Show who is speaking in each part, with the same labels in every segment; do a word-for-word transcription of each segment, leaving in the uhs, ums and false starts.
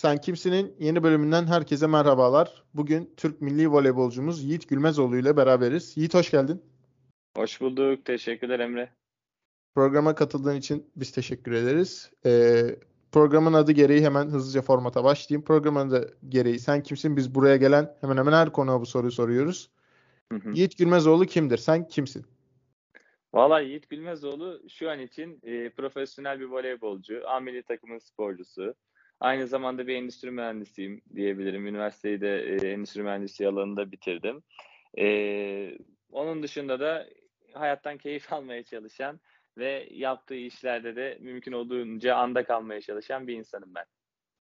Speaker 1: Sen Kimsin'in yeni bölümünden herkese merhabalar. Bugün Türk milli voleybolcumuz Yiğit Gülmezoğlu ile beraberiz. Yiğit hoş geldin.
Speaker 2: Hoş bulduk. Teşekkürler Emre.
Speaker 1: Programa katıldığın için biz teşekkür ederiz. Ee, programın adı gereği hemen hızlıca formata başlayayım. Programın adı gereği sen kimsin? Biz buraya gelen hemen hemen her konuğa bu soruyu soruyoruz.
Speaker 2: Hı hı.
Speaker 1: Yiğit Gülmezoğlu kimdir? Sen kimsin?
Speaker 2: Vallahi Yiğit Gülmezoğlu şu an için e, profesyonel bir voleybolcu, A milli takımın sporcusu. Aynı zamanda bir endüstri mühendisiyim diyebilirim. Üniversiteyi de e, endüstri mühendisliği alanında bitirdim. E, onun dışında da hayattan keyif almaya çalışan ve yaptığı işlerde de mümkün olduğunca anda kalmaya çalışan bir insanım ben.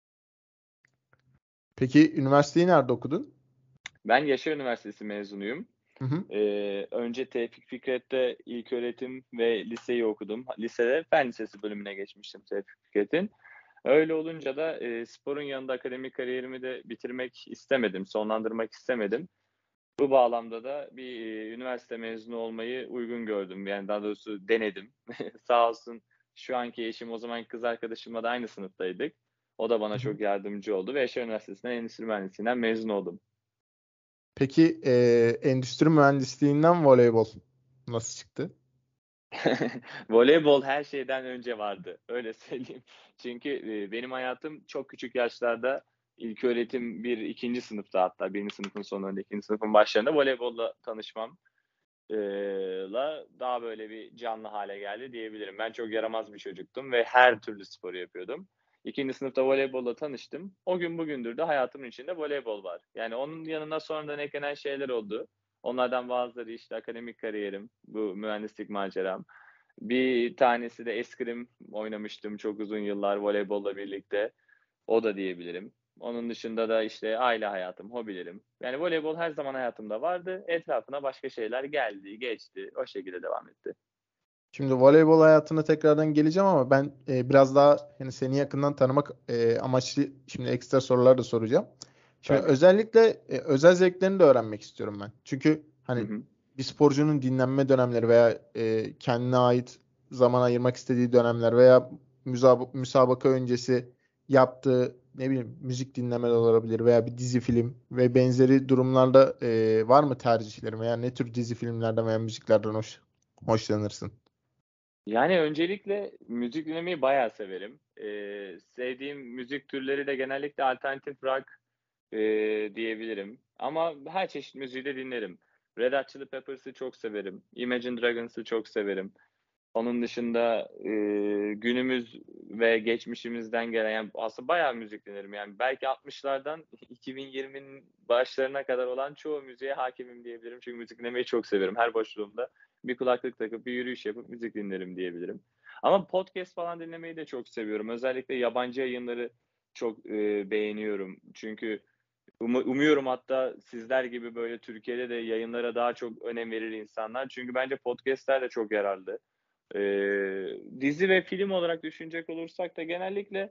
Speaker 1: Peki üniversiteyi nerede okudun?
Speaker 2: Ben Yaşar Üniversitesi mezunuyum.
Speaker 1: Hı hı.
Speaker 2: Ee, önce Tevfik Fikret'te ilköğretim ve liseyi okudum. Lisede Fen Lisesi bölümüne geçmiştim Tevfik Fikret'in. Öyle olunca da e, sporun yanında akademik kariyerimi de bitirmek istemedim, sonlandırmak istemedim. Bu bağlamda da bir e, üniversite mezunu olmayı uygun gördüm. Yani daha doğrusu denedim. Sağ olsun şu anki eşim, o zamanki kız arkadaşımla da aynı sınıftaydık. O da bana
Speaker 1: Hı hı.
Speaker 2: çok yardımcı oldu ve Yaşar Üniversitesi'nden Endüstri Mühendisliğinden mezun oldum.
Speaker 1: Peki e, endüstri mühendisliğinden voleybol nasıl çıktı?
Speaker 2: Voleybol her şeyden önce vardı. Öyle söyleyeyim. Çünkü e, benim hayatım çok küçük yaşlarda ilköğretim bir, ikinci sınıfta, hatta birinci sınıfın sonlarında, ikinci sınıfın başlarında voleybolla tanışmam e, la daha böyle bir canlı hale geldi diyebilirim. Ben çok yaramaz bir çocuktum ve her türlü sporu yapıyordum. İkinci sınıfta voleybolla tanıştım. O gün bugündür de hayatımın içinde voleybol var. Yani onun yanına sonradan eklenen şeyler oldu. Onlardan bazıları işte akademik kariyerim, bu mühendislik maceram. Bir tanesi de eskrim oynamıştım çok uzun yıllar voleybolla birlikte. O da diyebilirim. Onun dışında da işte aile hayatım, hobilerim. Yani voleybol her zaman hayatımda vardı. Etrafına başka şeyler geldi, geçti. O şekilde devam etti.
Speaker 1: Şimdi voleybol hayatına tekrardan geleceğim ama ben e, biraz daha yani seni yakından tanımak e, amaçlı şimdi ekstra sorular da soracağım. Şimdi
Speaker 2: Tabii.
Speaker 1: özellikle e, özel zevklerini de öğrenmek istiyorum ben. Çünkü
Speaker 2: Hı
Speaker 1: hani
Speaker 2: hı.
Speaker 1: bir sporcunun dinlenme dönemleri veya e, kendine ait zaman ayırmak istediği dönemler veya müsab- müsabaka öncesi yaptığı ne bileyim müzik dinleme de olabilir veya bir dizi film ve benzeri durumlarda e, var mı tercihlerin veya ne tür dizi filmlerden veya müziklerden hoş, hoşlanırsın?
Speaker 2: Yani öncelikle müzik dinlemeyi bayağı severim. Ee, sevdiğim müzik türleri de genellikle alternatif rock e, diyebilirim. Ama her çeşit müziği de dinlerim. Red Hot Chili Peppers'ı çok severim. Imagine Dragons'ı çok severim. Onun dışında e, günümüz ve geçmişimizden gelen, yani aslında bayağı müzik dinlerim. Yani belki altmışlardan iki bin yirminin başlarına kadar olan çoğu müziğe hakimim diyebilirim. Çünkü müzik dinlemeyi çok severim. Her boşluğumda bir kulaklık takıp bir yürüyüş yapıp müzik dinlerim diyebilirim. Ama podcast falan dinlemeyi de çok seviyorum. Özellikle yabancı yayınları çok e, beğeniyorum. Çünkü um- umuyorum hatta sizler gibi böyle Türkiye'de de yayınlara daha çok önem verir insanlar. Çünkü bence podcastler de çok yararlı. Ee, dizi ve film olarak düşünecek olursak da genellikle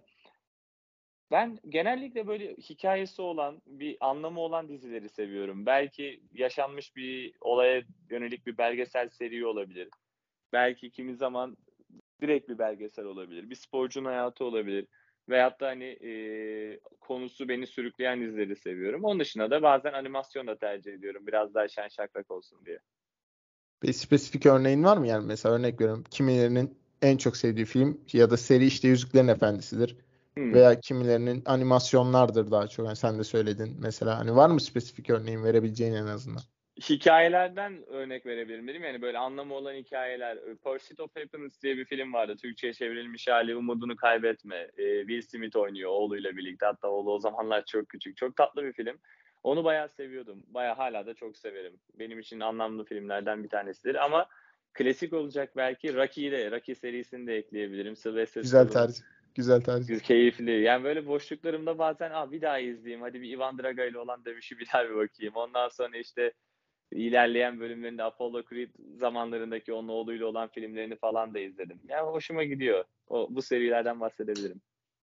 Speaker 2: ben genellikle böyle hikayesi olan, bir anlamı olan dizileri seviyorum. Belki yaşanmış bir olaya yönelik bir belgesel seri olabilir. Belki kimi zaman direkt bir belgesel olabilir. Bir sporcunun hayatı olabilir. Veyahut da hani e, konusu beni sürükleyen dizileri seviyorum. Onun dışında da bazen animasyon da tercih ediyorum. Biraz daha şen şakrak olsun diye.
Speaker 1: Bir spesifik örneğin var mı? Yani mesela örnek veriyorum. Kimilerinin en çok sevdiği film ya da seri işte Yüzüklerin Efendisi'dir.
Speaker 2: Hmm.
Speaker 1: Veya kimilerinin animasyonlardır daha çok. Yani sen de söyledin. Mesela hani var mı spesifik örneğin verebileceğin en azından?
Speaker 2: Hikayelerden örnek verebilirim dedim. Yani böyle anlamı olan hikayeler. Pursuit of Happiness diye bir film vardı. Türkçe'ye çevrilmiş hali Umudunu Kaybetme. Ee, Will Smith oynuyor oğluyla birlikte. Hatta oğlu o zamanlar çok küçük. Çok tatlı bir film. Onu bayağı seviyordum. Bayağı hala da çok severim. Benim için anlamlı filmlerden bir tanesidir. Ama klasik olacak belki Rocky'yi de, Rocky serisini de ekleyebilirim. Sylvester
Speaker 1: Güzel
Speaker 2: Stallone'un
Speaker 1: tercih. Güzel tercih.
Speaker 2: keyifli. Yani böyle boşluklarımda bazen Aa, bir daha izleyeyim. Hadi bir Ivan Drago ile olan dövüşü bir daha bir bakayım. Ondan sonra işte ilerleyen bölümlerinde Apollo Creed zamanlarındaki onun oğluyla olan filmlerini falan da izledim. Yani hoşuma gidiyor. O, bu serilerden bahsedebilirim.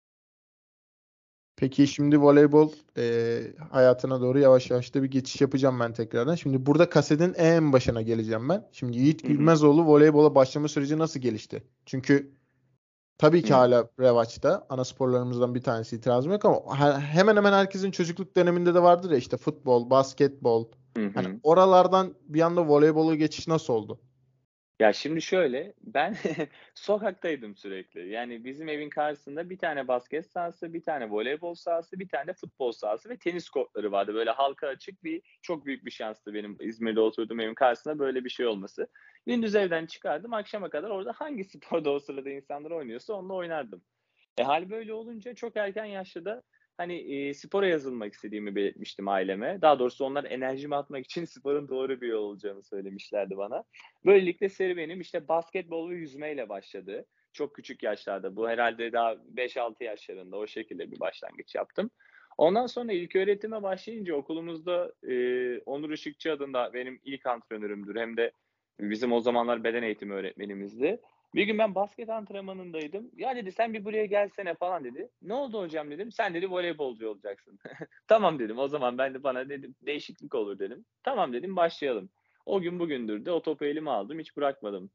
Speaker 1: Peki şimdi voleybol e, hayatına doğru yavaş yavaş da bir geçiş yapacağım ben tekrardan. Şimdi burada kasetin en başına geleceğim ben. Şimdi Yiğit
Speaker 2: Hı hı.
Speaker 1: Gülmezoğlu voleybola başlama süreci nasıl gelişti? Çünkü tabii ki
Speaker 2: Hı.
Speaker 1: hala revaçta. Ana sporlarımızdan bir tanesi, itirazım yok ama he- hemen hemen herkesin çocukluk döneminde de vardır ya, işte futbol, basketbol.
Speaker 2: Hı
Speaker 1: Hani
Speaker 2: hı.
Speaker 1: oralardan bir anda voleybola geçiş nasıl oldu?
Speaker 2: Ya, şimdi şöyle, ben sokaktaydım sürekli. Yani bizim evin karşısında bir tane basket sahası, bir tane voleybol sahası, bir tane de futbol sahası ve tenis kortları vardı. Böyle halka açık bir çok büyük bir şanstı benim İzmir'de oturduğum evin karşısında böyle bir şey olması. Gündüz evden çıkardım, akşama kadar orada hangi sporda o sırada insanlar oynuyorsa onunla oynardım. E, hâl böyle olunca çok erken yaşta da, hani, eee, spora yazılmak istediğimi belirtmiştim aileme. Daha doğrusu onlar enerjimi atmak için sporun doğru bir yol olacağını söylemişlerdi bana. Böylelikle serüvenim, işte, basketbol ve yüzmeyle başladı. Çok küçük yaşlarda, bu herhâlde daha beş altı yaşlarında o şekilde bir başlangıç yaptım. Ondan sonra ilköğretime başlayınca okulumuzda, eee, Onur Işıkçı adında benim ilk antrenörümdür hem de bizim o zamanlar beden eğitimi öğretmenimizdi. Bir gün ben basket antrenmanındaydım. "Ya," dedi, "sen bir buraya gelsene." falan dedi. "Ne oldu hocam?" dedim. "Sen," dedi, "voleybolcu olacaksın." "Tamam." dedim. O zaman ben de bana dedim değişiklik olur dedim. "Tamam." dedim, "Başlayalım." O gün bugündür de o topu elime aldım, hiç bırakmadım.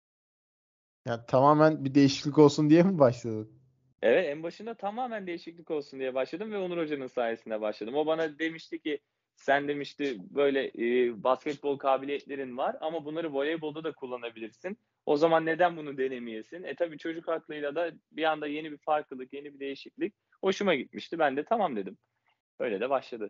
Speaker 1: Yani tamamen bir değişiklik olsun diye mi başladın?
Speaker 2: Evet, en başında tamamen değişiklik olsun diye başladım ve Onur Hoca'nın sayesinde başladım. O bana demişti ki, "Sen," demişti, "böyle, eee, basketbol kabiliyetlerin var ama bunları voleybolda da kullanabilirsin. O zaman neden bunu denemeyesin?" E, tabii çocuk aklıyla da bir anda yeni bir farklılık, yeni bir değişiklik hoşuma gitmişti. Ben de "Tamam." dedim. Öyle de başladı.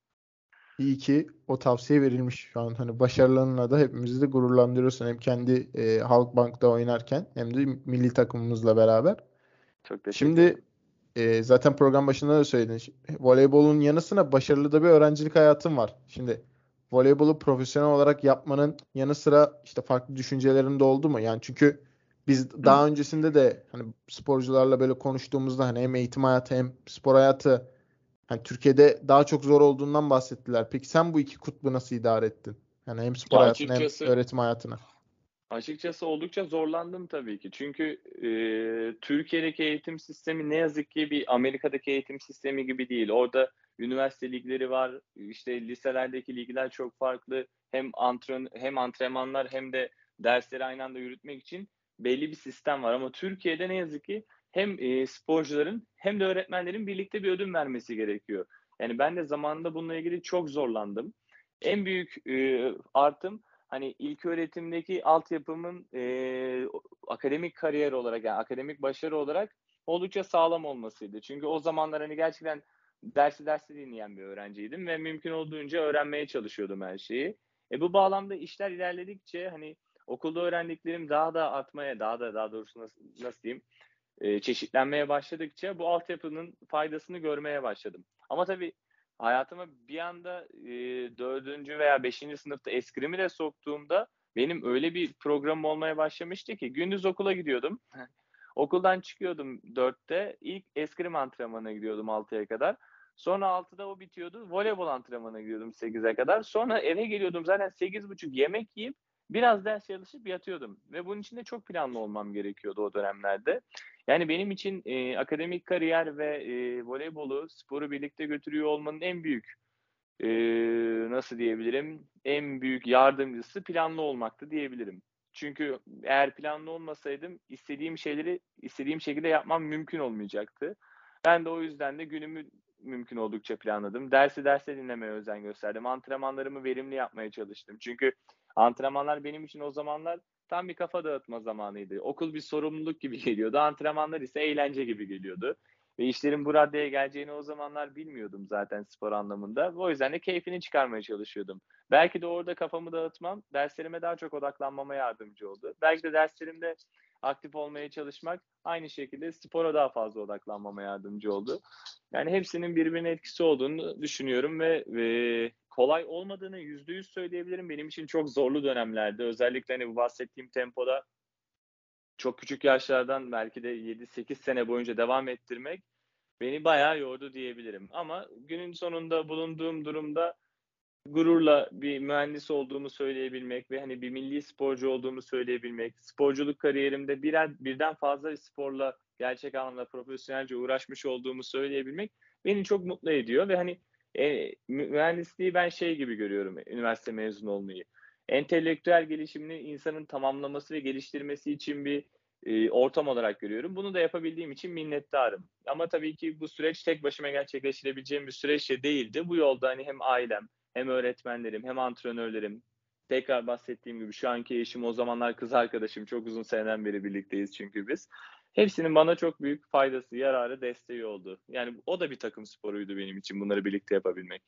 Speaker 1: İyi ki o tavsiye verilmiş şu an. Hani başarılarınla da hepimizi de gururlandırıyorsun. Hem kendi e, Halkbank'ta oynarken hem de milli takımımızla beraber.
Speaker 2: Çok teşekkür
Speaker 1: Şimdi
Speaker 2: ederim.
Speaker 1: e, zaten program başında da söyledin. Ş- Voleybolun yanı sıra başarılı da bir öğrencilik hayatın var. Şimdi voleybolu profesyonel olarak yapmanın yanı sıra işte farklı düşüncelerin de oldu mu? Yani çünkü biz
Speaker 2: Hıı.
Speaker 1: daha öncesinde de hani sporcularla böyle konuştuğumuzda hani hem eğitim hayatı hem spor hayatı, hani Türkiye'de daha çok zor olduğundan bahsettiler. Peki sen bu iki kutbu nasıl idare ettin? Yani hem spor
Speaker 2: Ya,
Speaker 1: hayatını hem
Speaker 2: açıkçası
Speaker 1: öğretim hayatını.
Speaker 2: Açıkçası oldukça zorlandım tabii ki. Çünkü, eee, Türkiye'deki eğitim sistemi ne yazık ki bir Amerika'daki eğitim sistemi gibi değil. Orada üniversite ligleri var, işte, liselerdeki ligler çok farklı. Hem antren hem antrenmanlar hem de dersleri aynı anda yürütmek için belli bir sistem var ama Türkiye'de ne yazık ki hem, eee, sporcuların hem de öğretmenlerin birlikte bir ödün vermesi gerekiyor. Yani ben de zamanında bununla ilgili çok zorlandım. En büyük, eee, artım hani ilköğretimdeki altyapımın, eee, o akademik kariyer olarak, yani akademik başarı olarak oldukça sağlam olmasıydı. Çünkü o zamanlar, hani, gerçekten dersi dersi dinleyen bir öğrenciydim ve mümkün olduğunca öğrenmeye çalışıyordum her şeyi. E, bu bağlamda işler ilerledikçe, hani, okulda öğrendiklerim daha da artmaya, daha da daha doğrusu nasıl nasıl diyeyim, eee, çeşitlenmeye başladıkça bu altyapının faydasını görmeye başladım. Ama tabii hayatıma bir anda, eee, dördüncü veya beşinci sınıfta eskrimi de soktuğumda benim öyle bir programım olmaya başlamıştı ki gündüz okula gidiyordum. Okuldan çıkıyordum dörtte ilk eskrim antrenmanına gidiyordum altıya kadar. Sonra altıda o bitiyordu. Voleybol antrenmanına gidiyordum sekize kadar. Sonra eve geliyordum zaten sekiz buçuk yemek yiyip biraz ders çalışıp yatıyordum ve bunun için de çok planlı olmam gerekiyordu o dönemlerde. Yani benim için, eee, akademik kariyer ve, eee, voleybolu, sporu birlikte götürüyor olmanın en büyük, eee, nasıl diyebilirim, en büyük yardımcısı planlı olmaktı diyebilirim. Çünkü eğer planlı olmasaydım istediğim şeyleri istediğim şekilde yapmam mümkün olmayacaktı. Ben de o yüzden de günümü mümkün oldukça planladım. Dersi derste dinlemeye özen gösterdim. Antrenmanlarımı verimli yapmaya çalıştım. Çünkü antrenmanlar benim için o zamanlar tam bir kafa dağıtma zamanıydı. Okul bir sorumluluk gibi geliyordu. Antrenmanlar ise eğlence gibi geliyordu. Ve işlerin bu raddeye geleceğini o zamanlar bilmiyordum zaten spor anlamında. O yüzden de keyfini çıkarmaya çalışıyordum. Belki de orada kafamı dağıtmam, derslerime daha çok odaklanmama yardımcı oldu. Belki de derslerimde aktif olmaya çalışmak aynı şekilde spora daha fazla odaklanmama yardımcı oldu. Yani hepsinin birbirine etkisi olduğunu düşünüyorum ve, eee, kolay olmadığını yüzde yüz söyleyebilirim. Benim için çok zorlu dönemlerdi. Özellikle, hani, bu bahsettiğim tempoda çok küçük yaşlardan belki de yedi sekiz sene boyunca devam ettirmek beni bayağı yordu diyebilirim. Ama günün sonunda bulunduğum durumda gururla bir mühendis olduğumu söyleyebilmek ve, hani, bir milli sporcu olduğumu söyleyebilmek, sporculuk kariyerimde birer birden fazla sporla gerçek anlamda profesyonelce uğraşmış olduğumu söyleyebilmek beni çok mutlu ediyor ve, hani, eee, mü mühendisliği ben şey gibi görüyorum, üniversite mezunu olmayı. Entelektüel gelişimini insanın tamamlaması ve geliştirmesi için bir, e, ortam olarak görüyorum. Bunu da yapabildiğim için minnettarım. Ama tabii ki bu süreç tek başıma gerçekleştirebileceğim bir süreç de değildi. Bu yolda hani hem ailem, hem öğretmenlerim, hem antrenörlerim, tekrar bahsettiğim gibi şu anki eşim, o zamanlar kız arkadaşım, çok uzun seneden beri birlikteyiz çünkü biz. Hepsinin bana çok büyük faydası, yararı, desteği oldu. Yani o da bir takım sporuydu benim için, bunları birlikte yapabilmek.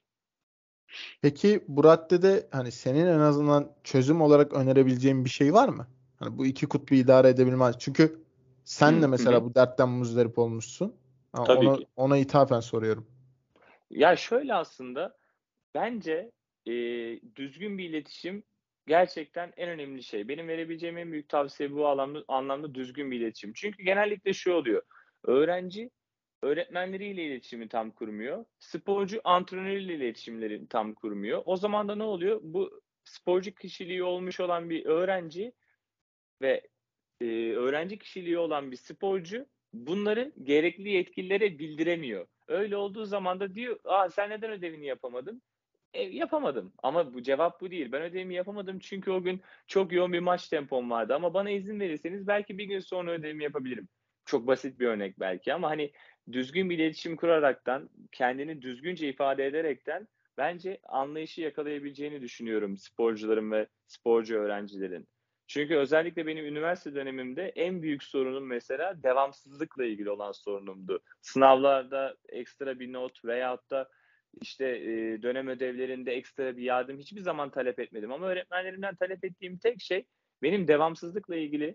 Speaker 1: Peki bu raddede hani senin en azından çözüm olarak önerebileceğin bir şey var mı? Hani bu iki kutbu idare edebilmez. Çünkü sen de
Speaker 2: Hı hı.
Speaker 1: mesela bu dertten muzdarip olmuşsun. Ha,
Speaker 2: Tabii
Speaker 1: ona
Speaker 2: ki.
Speaker 1: ona ithafen soruyorum.
Speaker 2: Ya şöyle aslında bence, eee, düzgün bir iletişim gerçekten en önemli şey. Benim verebileceğim en büyük tavsiye bu anlamda anlamda düzgün bir iletişim. Çünkü genellikle şu oluyor: öğrenci öğretmenleriyle iletişimi tam kurmuyor. Sporcu antrenörüyle iletişimleri tam kurmuyor. O zaman da ne oluyor? Bu sporcu kişiliği olmuş olan bir öğrenci ve Eee, öğrenci kişiliği olan bir sporcu bunları gerekli yetkililere bildiremiyor. Öyle olduğu zaman da diyor, "A, sen neden ödevini yapamadın?" E, yapamadım ama bu cevap bu değil. Ben ödevimi yapamadım çünkü o gün çok yoğun bir maç tempom vardı ama bana izin verirseniz belki bir gün sonra ödevimi yapabilirim. Çok basit bir örnek belki ama, hani, düzgün bir iletişim kuraraktan, kendini düzgünce ifade ederekten bence anlayışı yakalayabileceğini düşünüyorum sporcuların ve sporcu öğrencilerin. Çünkü özellikle benim üniversite dönemimde en büyük sorunum mesela devamsızlıkla ilgili olan sorunumdu. Sınavlarda ekstra bir not veyahut da işte, eee, dönem ödevlerinde ekstra bir yardım hiçbir zaman talep etmedim ama öğretmenlerimden talep ettiğim tek şey benim devamsızlıkla ilgili,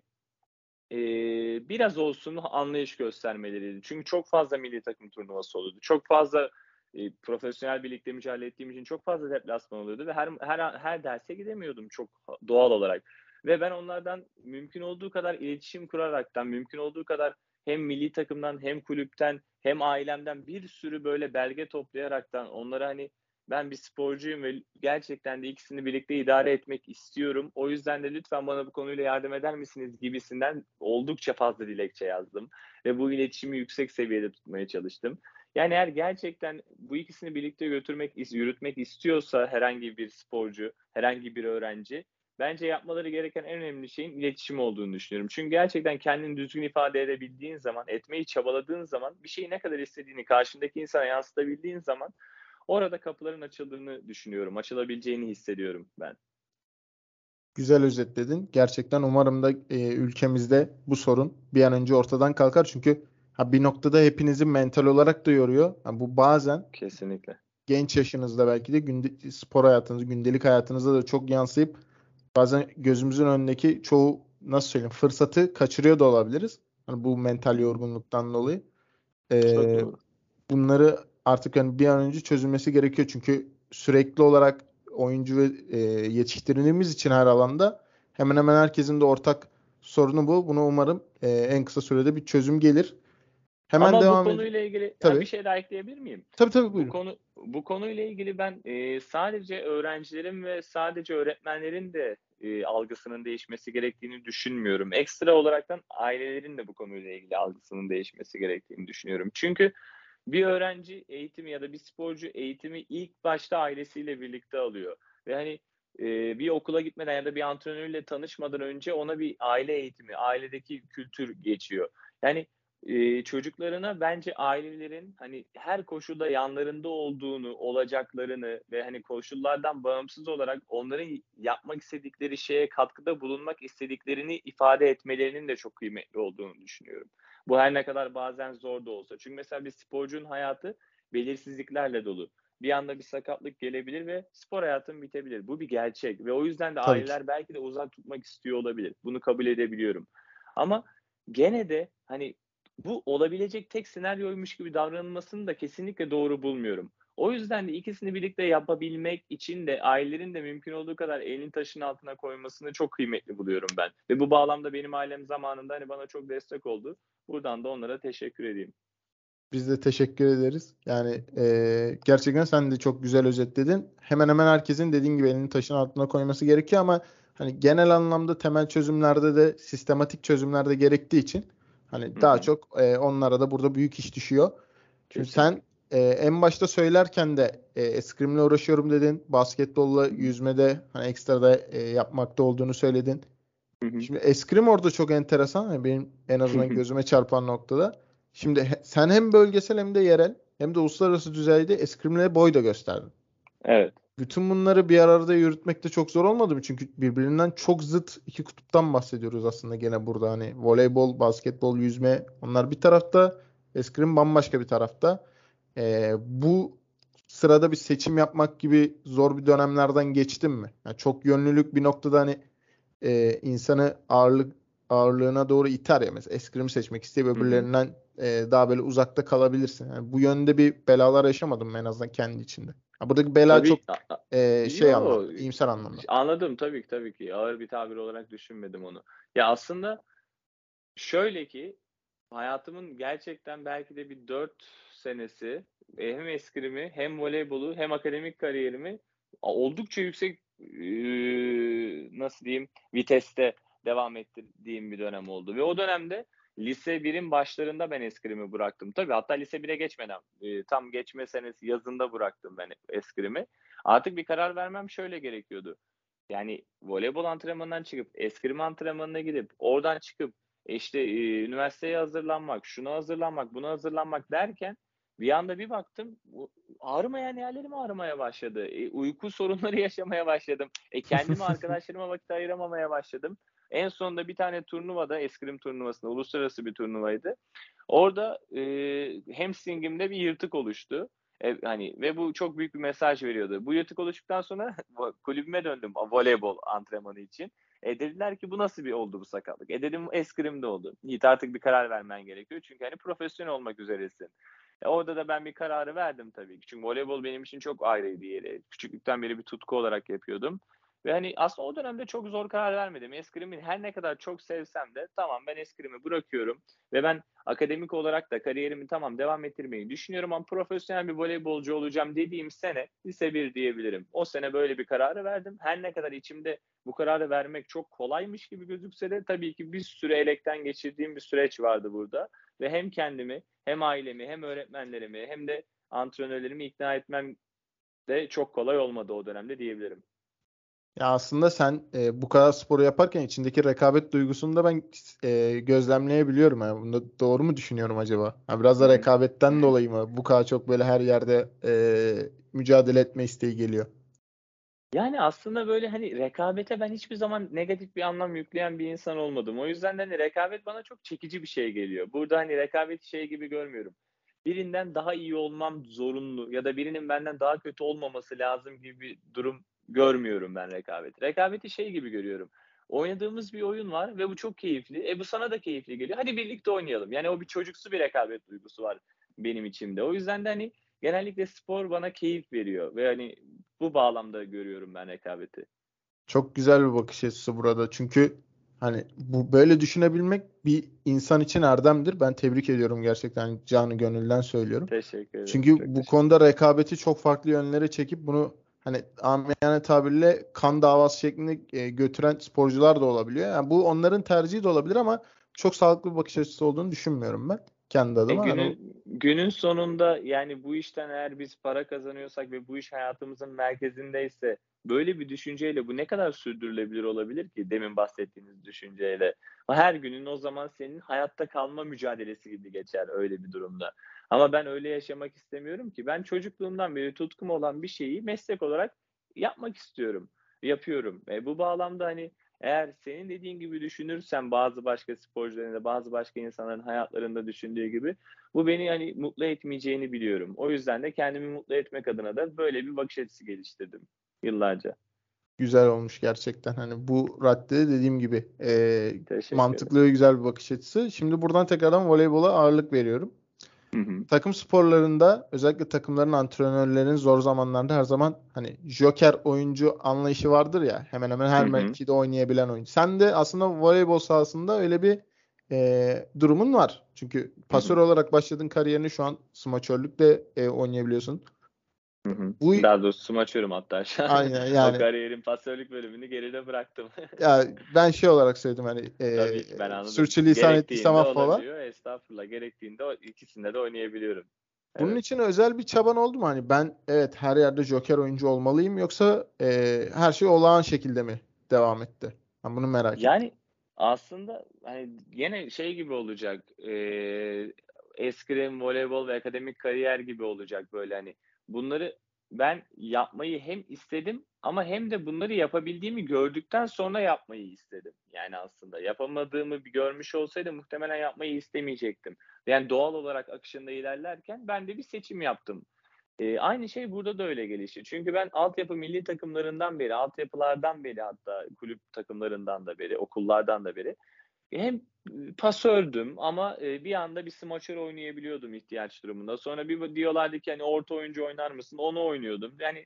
Speaker 2: eee, biraz olsun anlayış göstermeleriydi. Çünkü çok fazla milli takım turnuvası oluyordu. Çok fazla, eee, profesyonel birlikte mücadele ettiğim için çok fazla deplasman oluyordu ve her her her derse gidemiyordum çok doğal olarak ve ben onlardan mümkün olduğu kadar iletişim kuraraktan, mümkün olduğu kadar hem milli takımdan hem kulüpten hem ailemden bir sürü böyle belge toplayaraktan onlara, hani, ben bir sporcuyum ve gerçekten de ikisini birlikte idare etmek istiyorum. O yüzden de lütfen bana bu konuyla yardım eder misiniz gibisinden oldukça fazla dilekçe yazdım ve bu iletişimi yüksek seviyede tutmaya çalıştım. Yani eğer gerçekten bu ikisini birlikte götürmek, yürütmek istiyorsa herhangi bir sporcu, herhangi bir öğrenci, bence yapmaları gereken en önemli şeyin iletişim olduğunu düşünüyorum. Çünkü gerçekten kendini düzgün ifade edebildiğin zaman, etmeyi çabaladığın zaman, bir şeyi ne kadar istediğini karşındaki insana yansıtabildiğin zaman orada kapıların açıldığını düşünüyorum. Açılabileceğini hissediyorum ben.
Speaker 1: Güzel özetledin. Gerçekten umarım da e, ülkemizde bu sorun bir an önce ortadan kalkar. Çünkü ha, bir noktada hepinizi mental olarak da yoruyor. Ha, bu bazen
Speaker 2: Kesinlikle.
Speaker 1: genç yaşınızda belki de günde, spor hayatınız, gündelik hayatınızda da çok yansıyıp bazen gözümüzün önündeki çoğu nasıl söyleyeyim fırsatı kaçırıyor da olabiliriz. Hani bu
Speaker 2: Hı
Speaker 1: mental
Speaker 2: hı.
Speaker 1: yorgunluktan dolayı.
Speaker 2: Çok
Speaker 1: Ee,
Speaker 2: doğru.
Speaker 1: bunları artık hani bir an önce çözülmesi gerekiyor. Çünkü sürekli olarak oyuncu ve e, yetiştirdiğimiz için her alanda hemen hemen herkesin de ortak sorunu bu. Bunu umarım e, en kısa sürede bir çözüm gelir. Hemen
Speaker 2: Ama bu
Speaker 1: devam edeyim.
Speaker 2: konuyla ilgili ha, bir
Speaker 1: Tabii.
Speaker 2: şey daha ekleyebilir miyim?
Speaker 1: Tabii tabii
Speaker 2: Bu
Speaker 1: buyurun.
Speaker 2: konu bu konuyla ilgili ben, eee, sadece öğrencilerin ve sadece öğretmenlerin de, eee, algısının değişmesi gerektiğini düşünmüyorum. Ekstra olaraktan ailelerin de bu konuyla ilgili algısının değişmesi gerektiğini düşünüyorum. Çünkü bir öğrenci eğitimi ya da bir sporcu eğitimi ilk başta ailesiyle birlikte alıyor ve, hani, eee, bir okula gitmeden ya da bir antrenörle tanışmadan önce ona bir aile eğitimi, ailedeki kültür geçiyor. Yani, eee, çocuklarına bence ailelerin, hani, her koşulda yanlarında olduğunu, olacaklarını ve, hani, koşullardan bağımsız olarak onların yapmak istedikleri şeye katkıda bulunmak istediklerini ifade etmelerinin de çok kıymetli olduğunu düşünüyorum. Bu her ne kadar bazen zor da olsa. Çünkü mesela bir sporcunun hayatı belirsizliklerle dolu. Bir anda bir sakatlık gelebilir ve spor hayatın bitebilir. Bu bir gerçek ve o yüzden de
Speaker 1: Tabii ki.
Speaker 2: aileler belki de uzak tutmak istiyor olabilir. Bunu kabul edebiliyorum. Ama gene de, hani, bu olabilecek tek senaryoymuş gibi davranılmasını da kesinlikle doğru bulmuyorum. O yüzden de ikisini birlikte yapabilmek için de ailelerin de mümkün olduğu kadar elini taşın altına koymasını çok kıymetli buluyorum ben ve bu bağlamda benim ailem zamanında, hani, bana çok destek oldu. Buradan da onlara teşekkür edeyim.
Speaker 1: Biz de teşekkür ederiz. Yani e, gerçekten sen de çok güzel özetledin. Hemen hemen herkesin dediğin gibi elini taşın altına koyması gerekiyor ama hani genel anlamda temel çözümlerde de sistematik çözümlerde gerektiği için hani
Speaker 2: Hı
Speaker 1: daha
Speaker 2: hı.
Speaker 1: çok e, onlara da burada büyük iş düşüyor. Şimdi sen
Speaker 2: Kesinlikle.
Speaker 1: e, en başta söylerken de e, eskrimle uğraşıyorum dedin. Basketbolla, yüzmede hani ekstra da e, yapmakta olduğunu söyledin.
Speaker 2: Hı hı.
Speaker 1: Şimdi eskrim orada çok enteresan. Yani benim en azından gözüme çarpan noktada. Şimdi he- sen hem bölgesel hem de yerel hem de uluslararası düzeyde eskrimle boy da gösterdin.
Speaker 2: Evet.
Speaker 1: Bütün bunları bir arada yürütmek de çok zor olmadı mı? Çünkü birbirinden çok zıt iki kutuptan bahsediyoruz aslında gene burada. Hani voleybol, basketbol, yüzme onlar bir tarafta, eskrim bambaşka bir tarafta. Ee, bu sırada bir seçim yapmak gibi zor bir dönemlerden geçtin mi? Yani çok yönlülük bir noktada hani e, insanı ağırlık ağırlığına doğru iter ya, mesela eskrim seçmek isteyip
Speaker 2: Hı hı.
Speaker 1: öbürlerinden e, daha böyle uzakta kalabilirsin. Yani bu yönde bir belalar yaşamadım mı en azından kendi içinde? Ha, buradaki bela çok
Speaker 2: Tabii a- a-
Speaker 1: e, şey
Speaker 2: yo,
Speaker 1: anlamda, iyimser anlamda.
Speaker 2: anladım, tabii ki tabii ki. Ağır bir tabir olarak düşünmedim onu. Ya aslında şöyle ki, hayatımın gerçekten belki de bir dört senesi, eee, hem eskrimi hem voleybolu hem akademik kariyerimi a oldukça yüksek, eee, nasıl diyeyim, viteste devam ettirdiğim bir dönem oldu ve o dönemde lise birin başlarında ben eskrimi bıraktım. Tabii, hatta lise bire geçmeden, eee, tam geçme senesi yazında bıraktım ben eskrimi. Artık bir karar vermem şöyle gerekiyordu. Yani voleybol antrenmanından çıkıp eskrim antrenmanına gidip oradan çıkıp e, işte, eee, üniversiteye hazırlanmak, şuna hazırlanmak, buna hazırlanmak derken bir anda bir baktım, bu ağrımayan yerlerim ağrımaya başladı. Eee, uyku sorunları yaşamaya başladım. E, kendime, arkadaşlarıma vakit ayıramamaya başladım. En sonunda bir tane turnuvada, eskrim turnuvasında, uluslararası bir turnuvaydı. Orada, eee, hamstringimde bir yırtık oluştu. Eee, hani ve bu çok büyük bir mesaj veriyordu. Bu yırtık oluştuktan sonra vo kulübüme döndüm voleybol antrenmanı için. E, dediler ki, "Bu nasıl bir oldu bu sakatlık?" E, dedim, "Eskrimde oldu." Yiğit, artık bir karar vermen gerekiyor. Çünkü, hani, profesyonel olmak üzeresin. E, orada da ben bir kararı verdim tabii ki. Çünkü voleybol benim için çok ayrı bir yeri. Küçüklükten beri bir tutku olarak yapıyordum ve, hani, aslında o dönemde çok zor karar vermedim. Eskrimi her ne kadar çok sevsem de tamam, ben eskrimi bırakıyorum ve ben akademik olarak da kariyerimi tamam devam ettirmeyi düşünüyorum ama profesyonel bir voleybolcu olacağım dediğim sene lise bir diyebilirim. O sene böyle bir kararı verdim. Her ne kadar içimde bu kararı vermek çok kolaymış gibi gözükse de tabii ki bir süre elekten geçirdiğim bir süreç vardı burada ve hem kendimi hem ailemi hem öğretmenlerimi hem de antrenörlerimi ikna etmem de çok kolay olmadı o dönemde diyebilirim.
Speaker 1: Ya aslında sen e, bu kadar sporu yaparken içindeki rekabet duygusunu da ben e, gözlemleyebiliyorum. Yani bunda doğru mu düşünüyorum acaba? Ha, biraz
Speaker 2: Hı
Speaker 1: da
Speaker 2: hı.
Speaker 1: rekabetten dolayı mı bu kadar çok böyle her yerde e, mücadele etme isteği geliyor?
Speaker 2: Yani, aslında, böyle, hani, rekabete ben hiçbir zaman negatif bir anlam yükleyen bir insan olmadım. O yüzden de, hani, rekabet bana çok çekici bir şey geliyor. Burada, hani, rekabeti şey gibi görmüyorum. Birinden daha iyi olmam zorunlu ya da birinin benden daha kötü olmaması lazım gibi bir durum görmüyorum ben rekabeti. Rekabeti şey gibi görüyorum. Oynadığımız bir oyun var ve bu çok keyifli. E, bu sana da keyifli geliyor. Hadi birlikte oynayalım. Yani, o bir çocuksu bir rekabet duygusu var benim içimde. O yüzden de, hani, genellikle spor bana keyif veriyor ve, hani, bu bağlamda görüyorum ben rekabeti.
Speaker 1: Çok güzel bir bakış açısı burada. Çünkü hani bu böyle düşünebilmek bir insan için erdemdir. Ben tebrik ediyorum gerçekten, canı gönülden söylüyorum.
Speaker 2: Teşekkür ederim.
Speaker 1: Çünkü
Speaker 2: Çok
Speaker 1: bu
Speaker 2: teşekkür
Speaker 1: konuda
Speaker 2: ederim.
Speaker 1: rekabeti çok farklı yönlere çekip bunu hani amiyane tabirle kan davası şeklinde e, götüren sporcular da olabiliyor. Yani bu onların tercihi de olabilir ama çok sağlıklı bir bakış açısı olduğunu düşünmüyorum ben kendi
Speaker 2: E,
Speaker 1: adıma. Hani
Speaker 2: günün günün sonunda, yani, bu işten eğer biz para kazanıyorsak ve bu iş hayatımızın merkezindeyse böyle bir düşünceyle bu ne kadar sürdürülebilir olabilir ki demin bahsettiğiniz düşünceyle? Her günün o zaman senin hayatta kalma mücadelesi gibi geçer öyle bir durumda. Ama ben öyle yaşamak istemiyorum ki. Ben çocukluğumdan beri tutkum olan bir şeyi meslek olarak yapmak istiyorum, yapıyorum. E, bu bağlamda, hani, eğer senin dediğin gibi düşünürsen bazı başka sporcuların da bazı başka insanların hayatlarında düşündüğü gibi bu beni, hani, mutlu etmeyeceğini biliyorum. O yüzden de kendimi mutlu etmek adına da böyle bir bakış açısı geliştirdim yıllarca.
Speaker 1: güzel olmuş gerçekten. Hani bu raddede dediğim gibi e,
Speaker 2: Teşekkür ederim.
Speaker 1: mantıklı ve güzel bir bakış açısı. Şimdi buradan tekrardan voleybola ağırlık veriyorum.
Speaker 2: Hı hı.
Speaker 1: Takım sporlarında özellikle takımların antrenörlerin zor zamanlarda her zaman hani joker oyuncu anlayışı vardır ya, hemen hemen
Speaker 2: Hı
Speaker 1: her
Speaker 2: hı.
Speaker 1: mevkide oynayabilen oyuncu. Sen de aslında voleybol sahasında öyle bir e, durumun var. Çünkü
Speaker 2: Hı
Speaker 1: pasör
Speaker 2: hı.
Speaker 1: olarak başladığın kariyerini şu an smaçörlükle e, oynayabiliyorsun.
Speaker 2: Hı hı.
Speaker 1: Bu
Speaker 2: Daha doğrusu smaçörüm hatta şu an.
Speaker 1: aynen
Speaker 2: O
Speaker 1: yani,
Speaker 2: kariyerin pasörlük bölümünü geride bıraktım.
Speaker 1: ya ben şey olarak söyledim hani e,
Speaker 2: Tabii ki ben anladım.
Speaker 1: sürçülisan ettiysem
Speaker 2: Gerektiğinde
Speaker 1: affola.
Speaker 2: olabiliyor. Estağfurullah. Gerektiğinde o ikisinde de oynayabiliyorum.
Speaker 1: Bunun
Speaker 2: Evet.
Speaker 1: için özel bir çaban oldu mu? Hani ben evet her yerde joker oyuncu olmalıyım, yoksa e, her şey olağan şekilde mi devam etti? Ben bunu merak
Speaker 2: Yani
Speaker 1: ettim.
Speaker 2: Aslında hani yine şey gibi olacak. Eee, eskrim, voleybol ve akademik kariyer gibi olacak böyle hani. Bunları ben yapmayı hem istedim ama hem de bunları yapabildiğimi gördükten sonra yapmayı istedim. Yani aslında yapamadığımı bir görmüş olsaydım muhtemelen yapmayı istemeyecektim. Yani doğal olarak akışında ilerlerken ben de bir seçim yaptım. Eee, aynı şey burada da öyle gelişti. Çünkü ben altyapı milli takımlarından beri, altyapılardan beri hatta kulüp takımlarından da beri, okullardan da beri hem pasördüm ama, eee, bir anda bir smaçör oynayabiliyordum ihtiyaç durumunda. Sonra bir diyorlardı ki, hani, "Orta oyuncu oynar mısın?" Onu oynuyordum. Yani,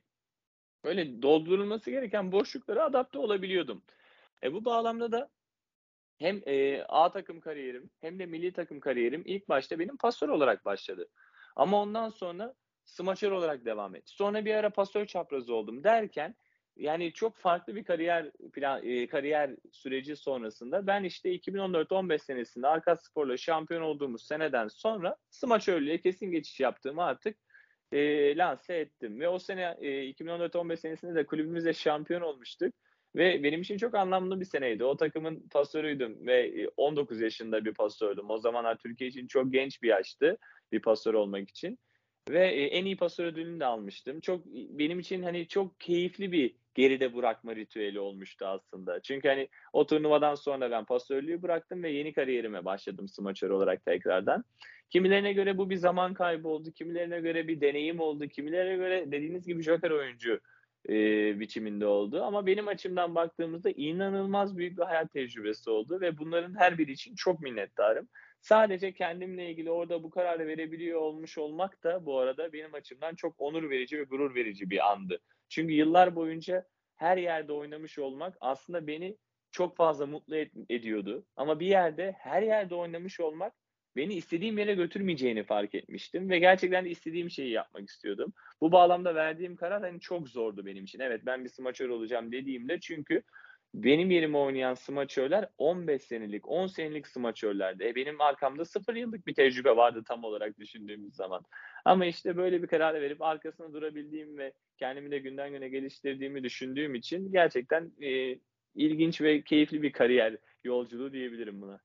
Speaker 2: böyle doldurulması gereken boşluklara adapte olabiliyordum. E, bu bağlamda da hem, eee, A takım kariyerim hem de milli takım kariyerim ilk başta benim pasör olarak başladı. Ama ondan sonra smaçör olarak devam etti. Sonra bir ara pasör çaprazı oldum derken, yani çok farklı bir kariyer plan eee, kariyer süreci sonrasında ben işte iki bin on dört on beş senesinde Arkaspor'la şampiyon olduğumuz seneden sonra smaçörlüğe kesin geçiş yaptığımı artık, eee, lanse ettim ve o sene, eee, iki bin on dört on beş senesinde de kulübümüzle şampiyon olmuştuk. Ve benim için çok anlamlı bir seneydi. O takımın pasörüydüm ve, eee, on dokuz yaşında bir pasördüm. O zamanlar Türkiye için çok genç bir yaştı bir pasör olmak için ve, eee, en iyi pasör ödülünü de almıştım. Çok, iii, benim için, hani, çok keyifli bir geride bırakma ritüeli olmuştu aslında. Çünkü, hani, o turnuvadan sonra ben pasörlüğü bıraktım ve yeni kariyerime başladım smaçör olarak tekrardan. Kimilerine göre bu bir zaman kaybı oldu, kimilerine göre bir deneyim oldu, kimilerine göre dediğiniz gibi joker oyuncu eee, biçiminde oldu ama benim açımdan baktığımızda inanılmaz büyük bir hayat tecrübesi oldu ve bunların her biri için çok minnettarım. Sadece kendimle ilgili orada bu kararı verebiliyor olmuş olmak da bu arada benim açımdan çok onur verici ve gurur verici bir andı. Çünkü yıllar boyunca her yerde oynamış olmak aslında beni çok fazla mutlu et ediyordu ama bir yerde her yerde oynamış olmak beni istediğim yere götürmeyeceğini fark etmiştim ve gerçekten de istediğim şeyi yapmak istiyordum. Bu bağlamda verdiğim karar, hani, çok zordu benim için. Evet, ben bir smaçör olacağım dediğimde çünkü benim yerime oynayan smaçörler on beş senelik, on senelik smaçörlerdi. E, benim arkamda sıfır yıllık bir tecrübe vardı tam olarak düşündüğümüz zaman. Ama, işte, böyle bir karar verip arkasında durabildiğim ve kendimi de günden güne geliştirdiğimi düşündüğüm için gerçekten, eee, ilginç ve keyifli bir kariyer yolculuğu diyebilirim buna.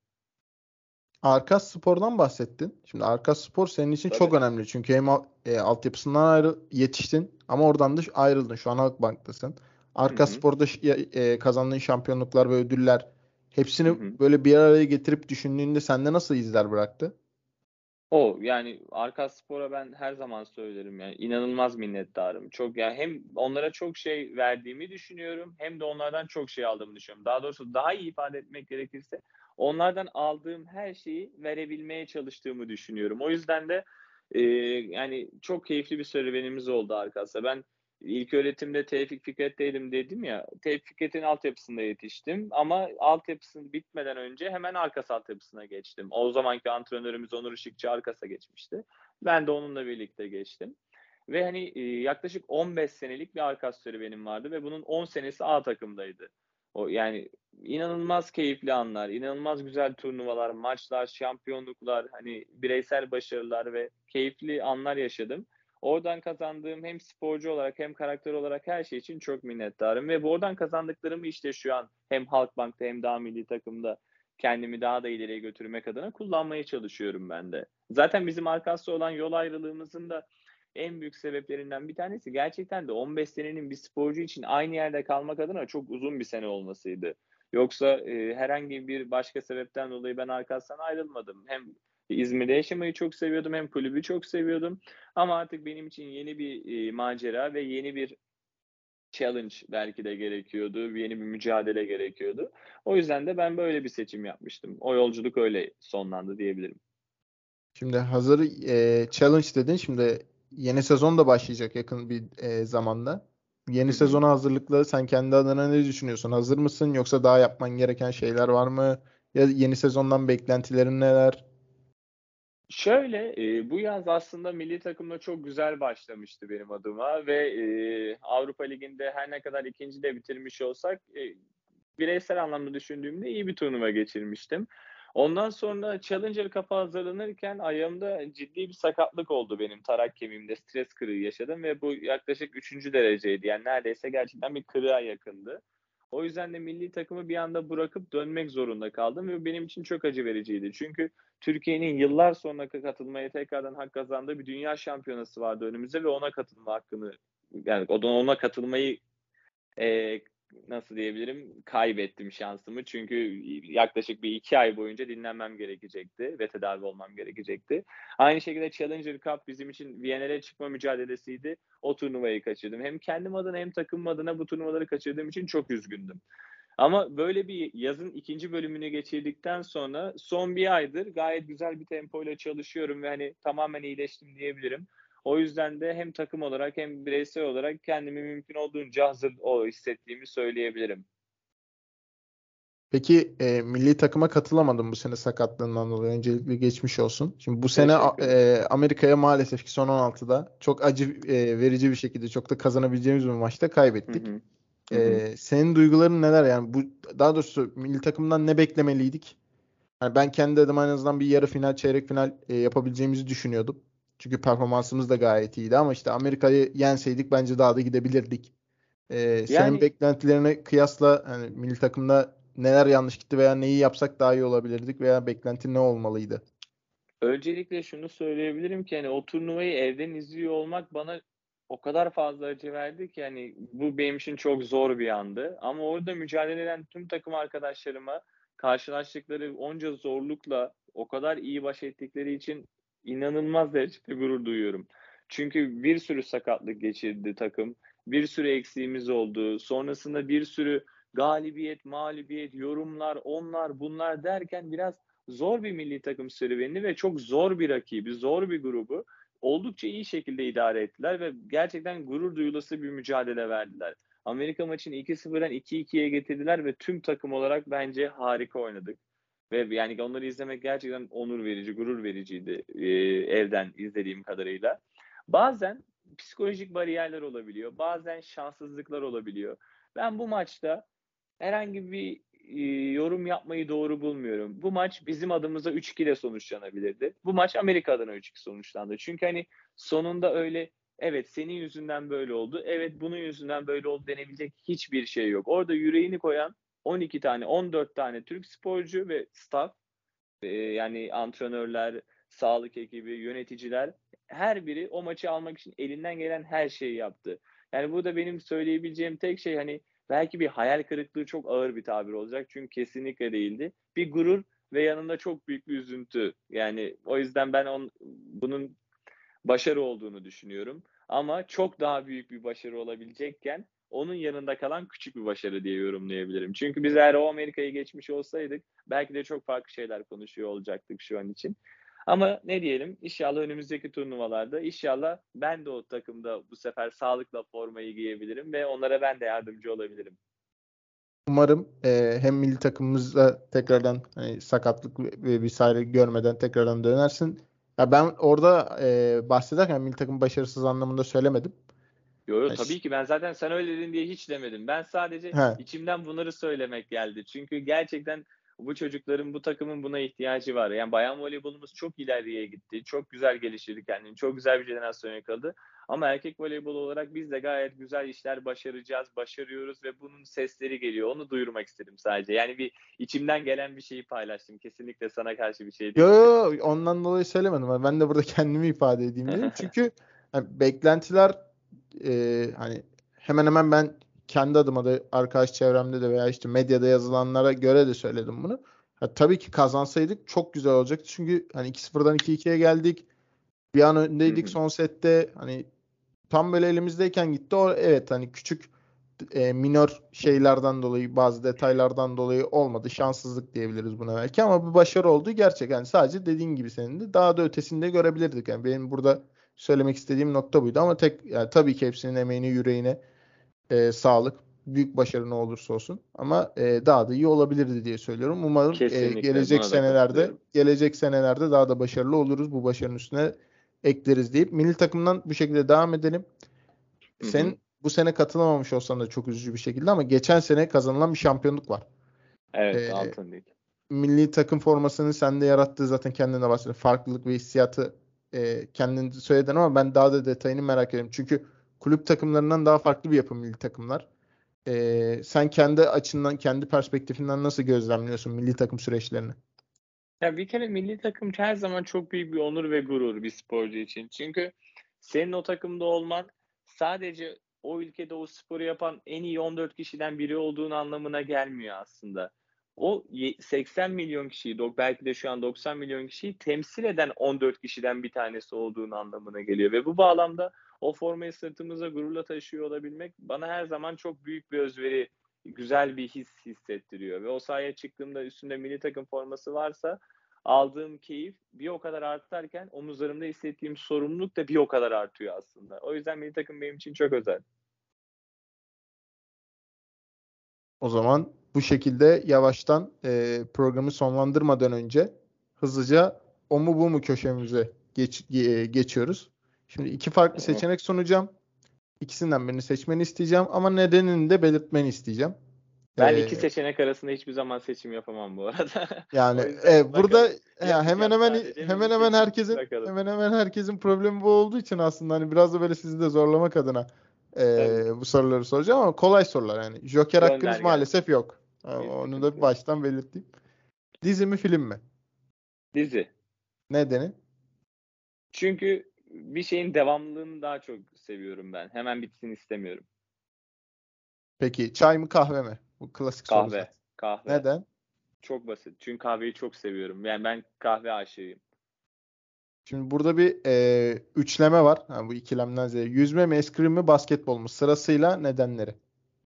Speaker 1: Arkaspor'dan bahsettin. Şimdi Arkaspor senin için çok
Speaker 2: Tabii.
Speaker 1: önemli. Çünkü hem al- e, altyapısından ayrı yetiştin ama oradan da ş- ayrıldın. Şu an Halkbank'tasın.
Speaker 2: Hı hı.
Speaker 1: Arkaspor'da ş- ya- e, kazandığın şampiyonluklar ve ödüller
Speaker 2: Hı
Speaker 1: hepsini
Speaker 2: hı.
Speaker 1: böyle bir araya getirip düşündüğünde sende nasıl izler bıraktı?
Speaker 2: O, yani, Arkaspor'a ben her zaman söylerim, yani, inanılmaz minnettarım. Çok, yani, hem onlara çok şey verdiğimi düşünüyorum hem de onlardan çok şey aldığımı düşünüyorum. Daha doğrusu daha iyi ifade etmek gerekirse onlardan aldığım her şeyi verebilmeye çalıştığımı düşünüyorum. O yüzden de, eee, yani, çok keyifli bir serüvenimiz oldu Arkas'la. Ben ilköğretimde Tevfik Fikret'teydim dedim ya, Tevfik Fikret'in altyapısında yetiştim ama altyapısı bitmeden önce hemen Arkas altyapısına geçtim. O zamanki antrenörümüz Onur Işıkçı Arkas'a geçmişti. Ben de onunla birlikte geçtim ve, hani, eee, yaklaşık on beş senelik bir Arkas serüvenim vardı ve bunun on senesi A takımdaydı. O, yani, inanılmaz keyifli anlar, inanılmaz güzel turnuvalar, maçlar, şampiyonluklar, hani, bireysel başarılar ve keyifli anlar yaşadım. Oradan kazandığım hem sporcu olarak hem karakter olarak her şey için çok minnettarım ve bu oradan kazandıklarımı, işte, şu an hem Halkbank'ta hem daha milli takımda kendimi daha da ileriye götürmek adına kullanmaya çalışıyorum ben de. Zaten bizim Alkas'la olan yol ayrılığımızın da en büyük sebeplerinden bir tanesi gerçekten de on beş senenin bir sporcu için aynı yerde kalmak adına çok uzun bir sene olmasıydı. Yoksa, eee, herhangi bir başka sebepten dolayı ben Alkas'tan ayrılmadım. Hem İzmir'de yaşamayı çok seviyordum hem kulübü çok seviyordum ama artık benim için yeni bir, eee, macera ve yeni bir challenge belki de gerekiyordu. Yeni bir mücadele gerekiyordu. O yüzden de ben böyle bir seçim yapmıştım. O yolculuk öyle sonlandı diyebilirim.
Speaker 1: Şimdi hazır e, challenge dedin. Şimdi yeni sezon da başlayacak yakın bir e, zamanda. Yeni
Speaker 2: Hı hı.
Speaker 1: sezona hazırlıklı sen kendi adına ne düşünüyorsun? Hazır mısın? Yoksa daha yapman gereken şeyler var mı? Ya yeni sezondan beklentilerin neler?
Speaker 2: Şöyle, eee, bu yaz aslında milli takımla çok güzel başlamıştı benim adıma ve, eee, Avrupa Ligi'nde her ne kadar ikinci de bitirmiş olsak, eee, bireysel anlamda düşündüğümde iyi bir turnuva geçirmiştim. Ondan sonra Challenger Cup'a hazırlanırken ayağımda ciddi bir sakatlık oldu benim. Tarak kemiğimde stres kırığı yaşadım ve bu yaklaşık üçüncü dereceydi. Yani neredeyse gerçekten bir kırığa yakındı. O yüzden de milli takımı bir anda bırakıp dönmek zorunda kaldım ve benim için çok acı vericiydi. Çünkü Türkiye'nin yıllar sonra katılmaya tekrardan hak kazandığı bir dünya şampiyonası vardı önümüzde ve ona katılma hakkını, yani ona katılmayı Eee, nasıl diyebilirim, kaybettim şansımı. Çünkü yaklaşık bir iki ay boyunca dinlenmem gerekecekti ve tedavi olmam gerekecekti. Aynı şekilde Challenger Cup bizim için Viyana'ya çıkma mücadelesiydi. O turnuvayı kaçırdım. Hem kendim adına hem takımım adına bu turnuvaları kaçırdığım için çok üzgündüm. Ama böyle bir yazın ikinci bölümünü geçirdikten sonra son bir aydır gayet güzel bir tempoyla çalışıyorum ve, hani, tamamen iyileştim diyebilirim. O yüzden de hem takım olarak hem bireysel olarak kendimi mümkün olduğunca hazır o hissettiğimi söyleyebilirim.
Speaker 1: Peki e, milli takıma katılamadın bu sene sakatlığından dolayı. Öncelikle geçmiş olsun. Şimdi bu sene
Speaker 2: Teşekkür ederim.
Speaker 1: e, Amerika'ya maalesef ki son on altıda çok acı e, verici bir şekilde çok da kazanabileceğimiz bir maçta
Speaker 2: Hı
Speaker 1: kaybettik.
Speaker 2: hı. Hı hı.
Speaker 1: E, senin duyguların neler? Yani bu daha doğrusu milli takımdan ne beklemeliydik? Yani ben kendi adıma en azından bir yarı final, çeyrek final e, yapabileceğimizi düşünüyordum. Çünkü performansımız da gayet iyiydi ama işte Amerika'yı yenseydik bence daha da gidebilirdik. E, senin
Speaker 2: Yani
Speaker 1: beklentilerine kıyasla hani milli takımda neler yanlış gitti veya neyi yapsak daha iyi olabilirdik veya beklenti ne olmalıydı?
Speaker 2: öncelikle şunu söyleyebilirim ki, hani, o turnuvayı evden izliyor olmak bana o kadar fazla acı verdi ki, hani, bu benim için çok zor bir andı. Ama orada mücadele eden tüm takım arkadaşlarıma karşılaştıkları onca zorlukla o kadar iyi baş ettikleri için inanılmaz derecede gurur duyuyorum. Çünkü bir sürü sakatlık geçirdi takım, bir sürü eksiğimiz oldu. Sonrasında bir sürü galibiyet, mağlubiyet, yorumlar, onlar bunlar derken biraz zor bir milli takım serüvenini ve çok zor bir rakibi, zor bir grubu oldukça iyi şekilde idare ettiler ve gerçekten gurur duyulası bir mücadele verdiler. Amerika maçını iki sıfırdan iki ikiye getirdiler ve tüm takım olarak bence harika oynadık. Ve yani onları izlemek gerçekten onur verici, gurur vericiydi, eee, evden izlediğim kadarıyla. Bazen psikolojik bariyerler olabiliyor, bazen şanssızlıklar olabiliyor. Ben bu maçta herhangi bir, iii, yorum yapmayı doğru bulmuyorum. Bu maç bizim adımıza üç iki ile sonuçlanabilirdi. Bu maç Amerika adına üç iki sonuçlandı. Çünkü, hani, sonunda öyle, "Evet, senin yüzünden böyle oldu. Evet, bunun yüzünden böyle oldu." denebilecek hiçbir şey yok. Orada yüreğini koyan on iki tane, on dört tane Türk sporcu ve staff, eee, yani antrenörler, sağlık ekibi, yöneticiler, her biri o maçı almak için elinden gelen her şeyi yaptı. Yani burada benim söyleyebileceğim tek şey, hani, belki bir hayal kırıklığı çok ağır bir tabir olacak çünkü kesinlikle değildi. Bir gurur ve yanında çok büyük bir üzüntü. Yani o yüzden ben on bunun başarı olduğunu düşünüyorum ama çok daha büyük bir başarı olabilecekken onun yanında kalan küçük bir başarı diye yorumlayabilirim. Çünkü biz eğer o Amerika'yı geçmiş olsaydık belki de çok farklı şeyler konuşuyor olacaktık şu an için. Ama ne diyelim, İnşallah önümüzdeki turnuvalarda inşallah ben de o takımda bu sefer sağlıkla formayı giyebilirim ve onlara ben de yardımcı olabilirim.
Speaker 1: Umarım e, hem milli takımımızda tekrardan hani sakatlık ve vesaire görmeden tekrardan dönersin. Ya ben orada e, bahsederken milli takım başarısız anlamında söylemedim.
Speaker 2: Yo, yo,
Speaker 1: Yani ş-
Speaker 2: tabii ki ben zaten sen öyle dedin diye hiç demedim. Ben sadece
Speaker 1: he,
Speaker 2: içimden bunları söylemek geldi. Çünkü gerçekten bu çocukların, bu takımın buna ihtiyacı var. Yani bayan voleybolumuz çok ileriye gitti. Çok güzel geliştirdi kendini. Çok güzel bir jenerasyon yakaladı. Ama erkek voleybolu olarak biz de gayet güzel işler başaracağız, başarıyoruz ve bunun sesleri geliyor. Onu duyurmak istedim sadece. Yani bir içimden gelen bir şeyi paylaştım. Kesinlikle sana karşı bir şey
Speaker 1: yo,
Speaker 2: değildi.
Speaker 1: yo, ondan dolayı söylemedim. Ama ben de burada kendimi ifade edeyim dedim. Çünkü hani beklentiler e, hani hemen hemen ben kendi adıma da arkadaş çevremde de veya işte medyada yazılanlara göre de söyledim bunu. Ha, tabii ki kazansaydık çok güzel olacaktı. Çünkü hani iki sıfırdan iki ikiye geldik. Bir an
Speaker 2: Hı
Speaker 1: öndeydik
Speaker 2: hı,
Speaker 1: son sette. Hani tam böyle elimizdeyken gitti. O evet hani küçük e, minor şeylerden dolayı bazı detaylardan dolayı olmadı. Şanssızlık diyebiliriz buna belki ama bir başarı oldu gerçek. Yani sadece dediğin gibi senin de daha da ötesinde görebilirdik. Yani benim burada söylemek istediğim nokta buydu ama tek yani tabii ki hepsinin emeğine yüreğine e, sağlık. Büyük başarı ne olursa olsun ama e, daha da iyi olabilirdi diye söylüyorum. Umarım e,
Speaker 2: kesinlikle
Speaker 1: gelecek
Speaker 2: buna da
Speaker 1: senelerde
Speaker 2: katılıyorum.
Speaker 1: gelecek senelerde daha da başarılı oluruz. Bu başarının üstüne ekleriz deyip milli takımdan bu şekilde devam edelim.
Speaker 2: Hı hı.
Speaker 1: Sen bu sene katılamamış olsan da çok üzücü bir şekilde ama geçen sene kazanılan bir şampiyonluk var.
Speaker 2: Evet,
Speaker 1: Ee,
Speaker 2: altın değil.
Speaker 1: milli takım formasının sende yarattığı zaten kendine bahsediyor. Farklılık ve hissiyatı e, kendin söyledin ama ben daha da detayını merak ediyorum. Çünkü kulüp takımlarından daha farklı bir yapı milli takımlar. Ee, sen kendi açından, kendi perspektifinden nasıl gözlemliyorsun milli takım süreçlerini?
Speaker 2: Ya bir kere milli takım her zaman çok büyük bir onur ve gurur bir sporcu için. Çünkü senin o takımda olman sadece o ülkede o sporu yapan en iyi on dört kişiden biri olduğun anlamına gelmiyor aslında. O ye- seksen milyon kişiyi, dok- belki de şu an doksan milyon kişiyi temsil eden on dört kişiden bir tanesi olduğun anlamına geliyor. Ve bu bağlamda o formayı sırtımıza gururla taşıyor olabilmek bana her zaman çok büyük bir özveri, güzel bir his hissettiriyor. Ve o sahaya çıktığımda üstünde milli takım forması varsa aldığım keyif bir o kadar artarken omuzlarımda hissettiğim sorumluluk da bir o kadar artıyor aslında. O yüzden milli takım benim için çok özel.
Speaker 1: O zaman bu şekilde yavaştan e, programı sonlandırmadan önce hızlıca o mu bu mu köşemize geç, ge- geçiyoruz. Şimdi iki farklı
Speaker 2: Tamam.
Speaker 1: seçenek sunacağım. İkisinden birini seçmeni isteyeceğim ama nedenini de belirtmeni isteyeceğim.
Speaker 2: Ben iki
Speaker 1: E,
Speaker 2: seçenek arasında hiçbir zaman seçim yapamam bu arada.
Speaker 1: Yani
Speaker 2: O yüzden
Speaker 1: e, burada
Speaker 2: bakalım.
Speaker 1: ya hemen
Speaker 2: Yapacağım
Speaker 1: hemen
Speaker 2: sadece.
Speaker 1: hemen
Speaker 2: Bir
Speaker 1: hemen
Speaker 2: seçim.
Speaker 1: herkesin
Speaker 2: Bakalım.
Speaker 1: hemen hemen herkesin problemi bu olduğu için aslında hani biraz da böyle sizi de zorlamak adına
Speaker 2: Tabii.
Speaker 1: e, bu soruları soracağım ama kolay sorular yani. Joker hakkınız
Speaker 2: Gönder
Speaker 1: maalesef
Speaker 2: gelsin.
Speaker 1: yok.
Speaker 2: Bir
Speaker 1: Onu da
Speaker 2: sıkıntı
Speaker 1: bir
Speaker 2: yok.
Speaker 1: baştan belirteyim. Dizi mi film mi?
Speaker 2: Dizi.
Speaker 1: Nedeni?
Speaker 2: Çünkü bir şeyin devamlılığını daha çok seviyorum ben. Hemen bitsin istemiyorum.
Speaker 1: Peki çay mı kahve mi? Bu klasik soru
Speaker 2: Kahve.
Speaker 1: zaten.
Speaker 2: Kahve.
Speaker 1: Neden?
Speaker 2: Çok basit. Çünkü kahveyi çok seviyorum. Yani ben kahve aşığıyım.
Speaker 1: Şimdi burada bir e, üçleme var. Ha, bu ikilemden ziyade. Yüzme mi, eskrim mi, basketbol mu? Sırasıyla nedenleri.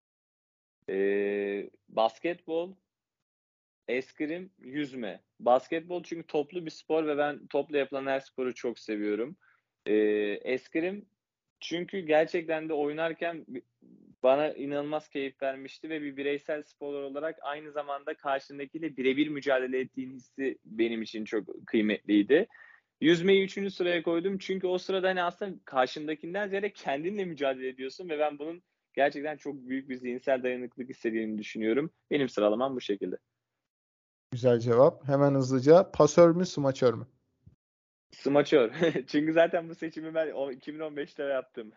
Speaker 2: Ee, basketbol, eskrim, yüzme. Basketbol çünkü toplu bir spor ve ben topla yapılan her sporu çok seviyorum. Ee, eskrim çünkü gerçekten de oynarken bana inanılmaz keyif vermişti ve bir bireysel spor olarak aynı zamanda karşındakiyle birebir mücadele ettiğin hissi benim için çok kıymetliydi. Yüzmeyi üçüncü sıraya koydum çünkü o sırada hani aslında karşındakinden ziyade kendinle mücadele ediyorsun ve ben bunun gerçekten çok büyük bir zihinsel dayanıklılık istediğini düşünüyorum. Benim sıralamam bu şekilde.
Speaker 1: Güzel cevap. Hemen hızlıca. Pasör mü, smaçör mü?
Speaker 2: Smaçör. Çünkü zaten bu seçimi ben o iki bin on beşte yaptım.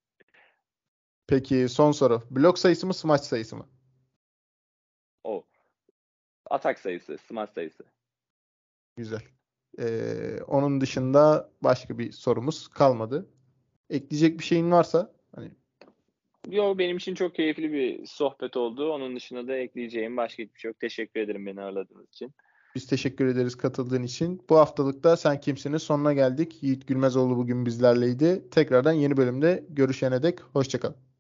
Speaker 1: Peki son soru. Blok sayısı mı, smaç sayısı mı?
Speaker 2: O. Atak sayısı, smaç sayısı.
Speaker 1: Güzel. Ee, onun dışında başka bir sorumuz kalmadı. Ekleyecek bir şeyin varsa hani
Speaker 2: Yo, benim için çok keyifli bir sohbet oldu. Onun dışında da ekleyeceğim başka hiçbir şey yok. Teşekkür ederim beni ağırladığınız için.
Speaker 1: biz teşekkür ederiz katıldığın için. Bu haftalıkta Sen Kimsin'in sonuna geldik. Yiğit Gülmezoğlu bugün bizlerleydi. Tekrardan yeni bölümde görüşene dek hoşça kal.